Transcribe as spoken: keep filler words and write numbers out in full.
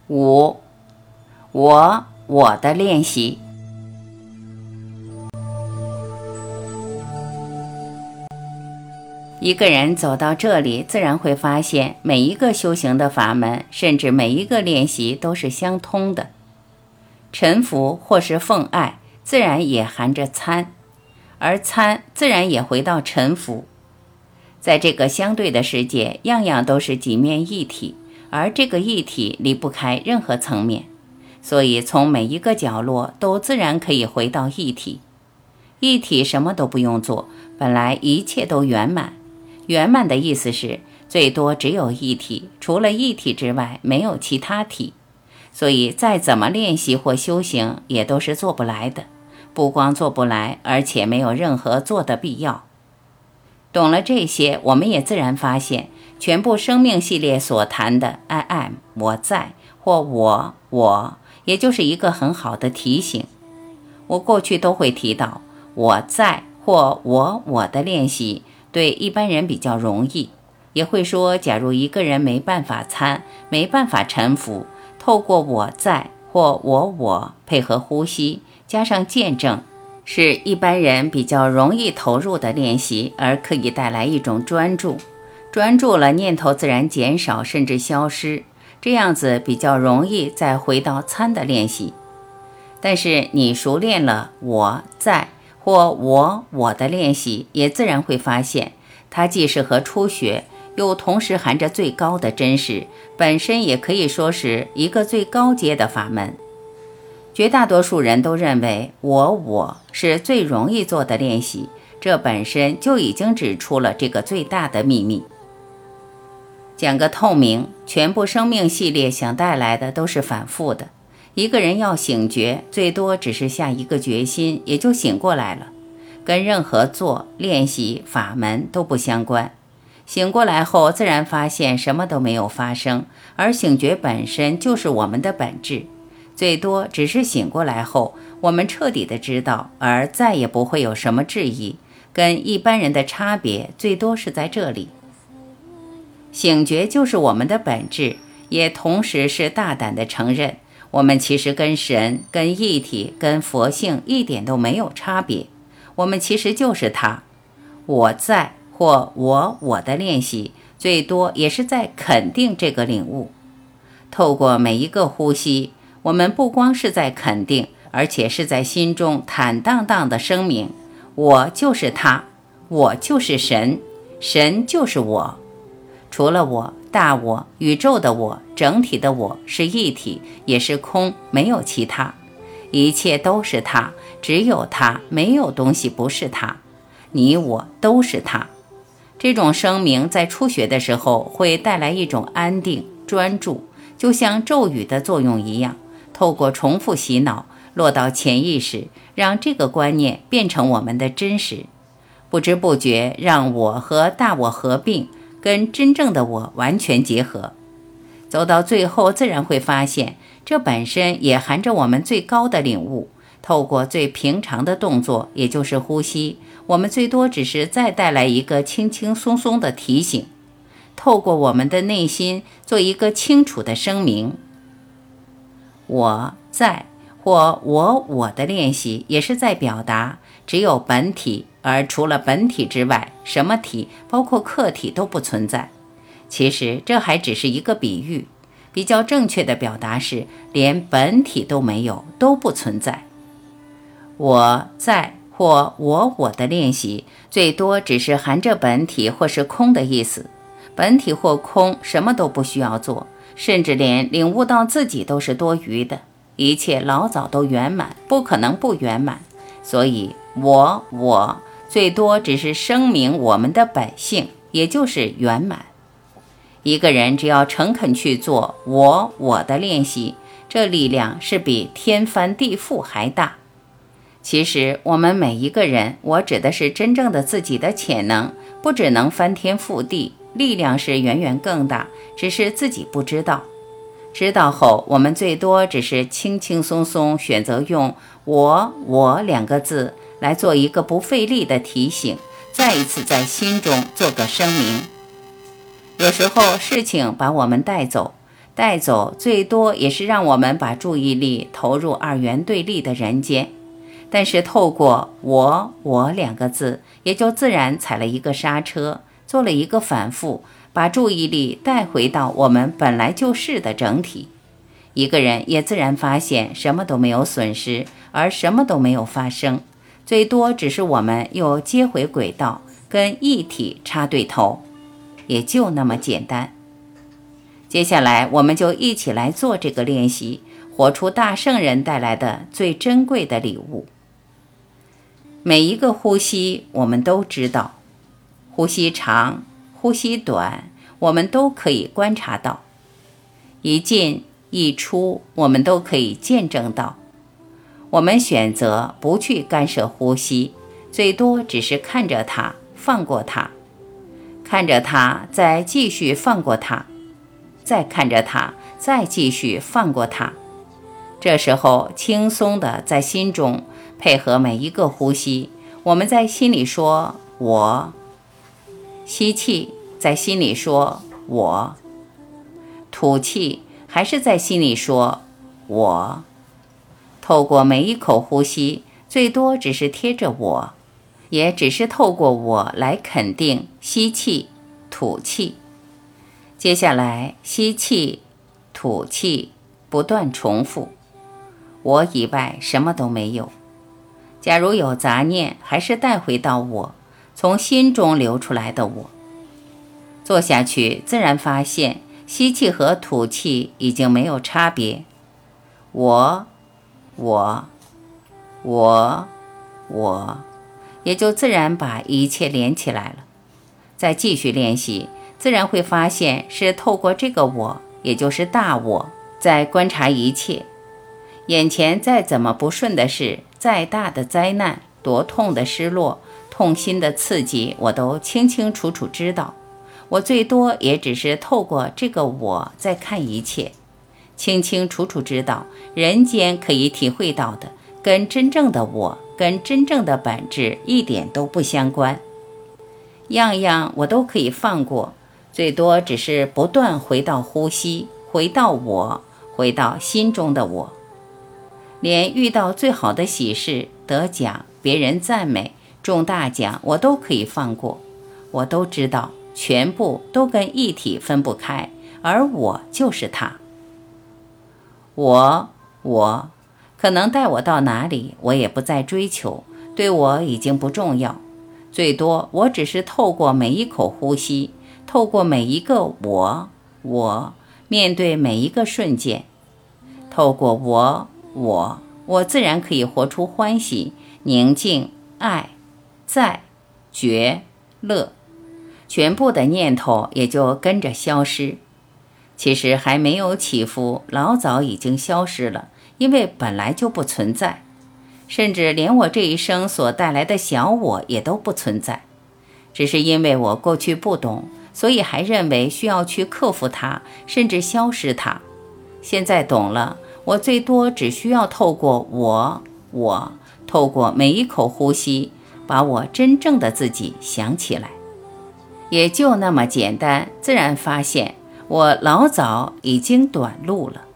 五，我我的练习。一个人走到这里，自然会发现每一个修行的法门，甚至每一个练习都是相通的。臣服或是奉爱，自然也含着参，而参自然也回到臣服。在这个相对的世界，样样都是几面一体，而这个一体离不开任何层面，所以从每一个角落都自然可以回到一体。一体什么都不用做，本来一切都圆满。圆满的意思是最多只有一体，除了一体之外没有其他体，所以再怎么练习或修行也都是做不来的，不光做不来，而且没有任何做的必要。懂了这些，我们也自然发现全部生命系列所谈的 I am 我在或我我，也就是一个很好的提醒。我过去都会提到我在或我我的练习对一般人比较容易，也会说假如一个人没办法参，没办法臣服，透过我在或我我配合呼吸加上见证，是一般人比较容易投入的练习，而可以带来一种专注。专注了，念头自然减少甚至消失，这样子比较容易再回到参的练习。但是你熟练了我在或我我的练习，也自然会发现它既是和初学，又同时含着最高的真实，本身也可以说是一个最高阶的法门。绝大多数人都认为我我是最容易做的练习，这本身就已经指出了这个最大的秘密。讲个透明，全部生命系列想带来的都是反复的。一个人要醒觉，最多只是下一个决心，也就醒过来了，跟任何做、练习、法门都不相关。醒过来后，自然发现什么都没有发生，而醒觉本身就是我们的本质。最多只是醒过来后，我们彻底的知道，而再也不会有什么质疑，跟一般人的差别最多是在这里。醒觉就是我们的本质，也同时是大胆的承认我们其实跟神、跟义体、跟佛性一点都没有差别，我们其实就是他。我在或我我的练习，最多也是在肯定这个领悟。透过每一个呼吸，我们不光是在肯定，而且是在心中坦荡荡的声明，我就是他，我就是神，神就是我。除了我，大我，宇宙的我，整体的我，是一体，也是空，没有其他，一切都是他，只有他，没有东西不是他，你我都是他。这种声明在初学的时候会带来一种安定专注，就像咒语的作用一样，透过重复洗脑落到潜意识，让这个观念变成我们的真实，不知不觉让我和大我合并，跟真正的我完全结合。走到最后，自然会发现这本身也含着我们最高的领悟。透过最平常的动作，也就是呼吸，我们最多只是再带来一个轻轻松松的提醒，透过我们的内心做一个清楚的声明。我在或我我的练习，也是在表达只有本体，而除了本体之外，什么体包括客体都不存在。其实这还只是一个比喻，比较正确的表达是连本体都没有，都不存在。我在或我我的练习，最多只是含着本体或是空的意思。本体或空，什么都不需要做，甚至连领悟到自己都是多余的，一切老早都圆满，不可能不圆满。所以我我最多只是声明我们的本性，也就是圆满。一个人只要诚恳去做我我的练习，这力量是比天翻地覆还大。其实我们每一个人，我指的是真正的自己的潜能，不只能翻天覆地，力量是远远更大，只是自己不知道。知道后，我们最多只是轻轻松松选择用我我两个字来做一个不费力的提醒，再一次在心中做个声明。有时候事情把我们带走， 带走最多也是让我们把注意力投入二元对立的人间，但是透过我我两个字，也就自然踩了一个刹车，做了一个反复，把注意力带回到我们本来就是的整体。一个人也自然发现什么都没有损失，而什么都没有发生，最多只是我们又接回轨道，跟一体插对头，也就那么简单。接下来我们就一起来做这个练习，活出大圣人带来的最珍贵的礼物。每一个呼吸我们都知道，呼吸长呼吸短我们都可以观察到，一进一出我们都可以见证到。我们选择不去干涉呼吸，最多只是看着它，放过它，看着它，再继续放过它，再看着它，再继续放过它。这时候轻松地在心中配合每一个呼吸，我们在心里说我，吸气在心里说我，吐气还是在心里说我。透过每一口呼吸，最多只是贴着我，也只是透过我来肯定吸气吐气。接下来吸气吐气不断重复，我以外什么都没有。假如有杂念，还是带回到我，从心中流出来的我。做下去自然发现吸气和吐气已经没有差别，我我我我，也就自然把一切连起来了。再继续练习，自然会发现是透过这个我，也就是大我，在观察一切。眼前再怎么不顺的事，再大的灾难，多痛的失落，痛心的刺激，我都清清楚楚知道。我最多也只是透过这个我在看一切，清清楚楚知道人间可以体会到的，跟真正的我，跟真正的本质一点都不相关。样样我都可以放过，最多只是不断回到呼吸，回到我，回到心中的我。连遇到最好的喜事，得奖，别人赞美，中大奖，我都可以放过。我都知道全部都跟一体分不开，而我就是它。我我可能带我到哪里，我也不再追求，对我已经不重要。最多我只是透过每一口呼吸，透过每一个我我，面对每一个瞬间，透过我我我自然可以活出欢喜、宁静、爱、在、觉、乐，全部的念头也就跟着消失。其实还没有起伏，老早已经消失了，因为本来就不存在，甚至连我这一生所带来的小我也都不存在。只是因为我过去不懂，所以还认为需要去克服它，甚至消失它。现在懂了，我最多只需要透过我我，透过每一口呼吸，把我真正的自己想起来。也就那么简单，自然发现我老早已经短路了。